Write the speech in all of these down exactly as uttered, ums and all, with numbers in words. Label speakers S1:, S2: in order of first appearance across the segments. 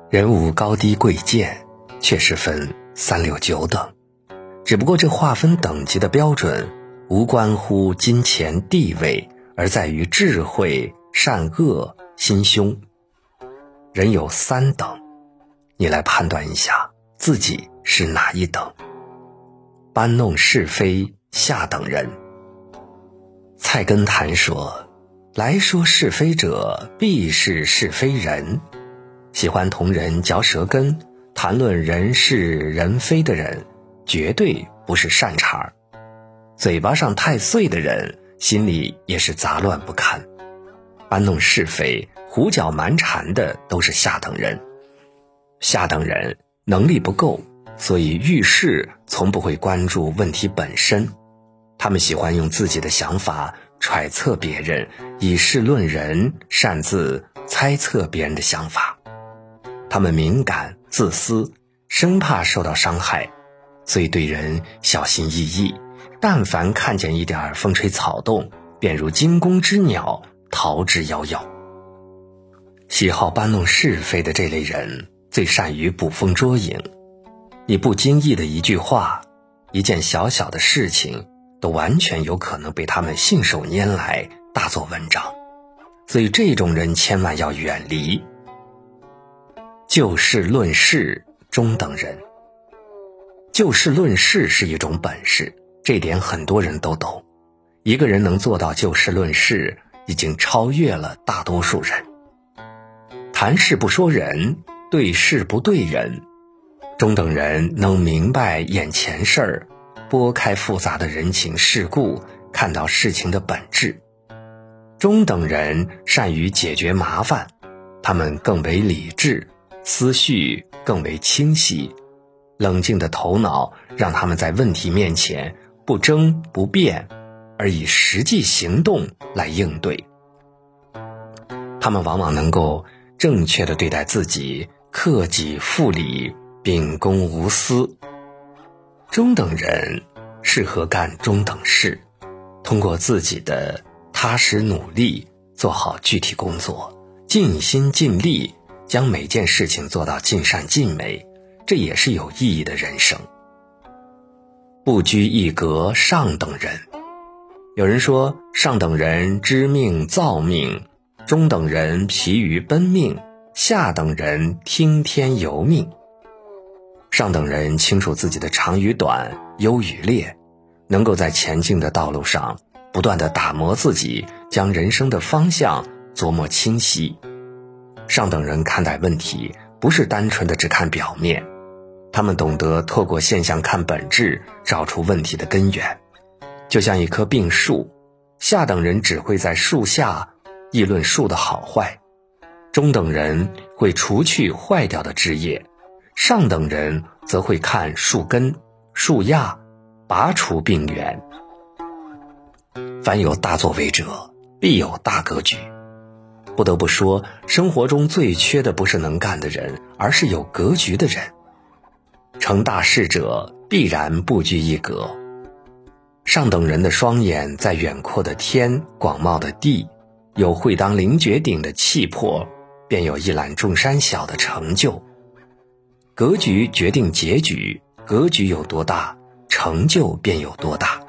S1: 人无高低贵贱，却是分三六九等。只不过这划分等级的标准，无关乎金钱地位，而在于智慧、善恶、心胸。人有三等，你来判断一下自己是哪一等。搬弄是非，下等人。菜根谭说，来说是非者，必是是非人。喜欢同人嚼舌根，谈论人是人非的人，绝对不是善茬。嘴巴上太碎的人，心里也是杂乱不堪。搬弄是非、胡搅蛮缠的都是下等人。下等人能力不够，所以遇事从不会关注问题本身。他们喜欢用自己的想法揣测别人，以事论人，擅自猜测别人的想法。他们敏感、自私，生怕受到伤害，所以对人小心翼翼，但凡看见一点风吹草动，便如惊弓之鸟，逃之夭夭。喜好搬弄是非的这类人，最善于捕风捉影。你不经意的一句话，一件小小的事情，都完全有可能被他们信手拈来，大做文章。所以这种人千万要远离。就事论事，中等人。就事论事是一种本事，这点很多人都懂。一个人能做到就事论事，已经超越了大多数人。谈事不说人，对事不对人。中等人能明白眼前事儿，拨开复杂的人情世故，看到事情的本质。中等人善于解决麻烦，他们更为理智，思绪更为清晰，冷静的头脑让他们在问题面前不争不辩，而以实际行动来应对。他们往往能够正确地对待自己，克己复礼，秉公无私。中等人适合干中等事，通过自己的踏实努力，做好具体工作，尽心尽力，将每件事情做到尽善尽美，这也是有意义的人生。不拘一格，上等人。有人说，上等人知命造命，中等人疲于奔命，下等人听天由命。上等人清楚自己的长与短，优与劣，能够在前进的道路上不断地打磨自己，将人生的方向琢磨清晰。上等人看待问题不是单纯的只看表面，他们懂得透过现象看本质，找出问题的根源。就像一棵病树，下等人只会在树下议论树的好坏，中等人会除去坏掉的枝叶，上等人则会看树根、树桠，拔除病源。凡有大作为者，必有大格局。不得不说，生活中最缺的不是能干的人，而是有格局的人。成大事者必然不拘一格。上等人的双眼在远阔的天，广袤的地，有会当凌绝顶的气魄，便有一览众山小的成就。格局决定结局，格局有多大，成就便有多大。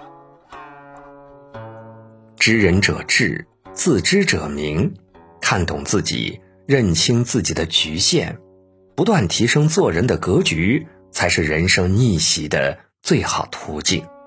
S1: 知人者智，自知者明。看懂自己，认清自己的局限，不断提升做人的格局，才是人生逆袭的最好途径。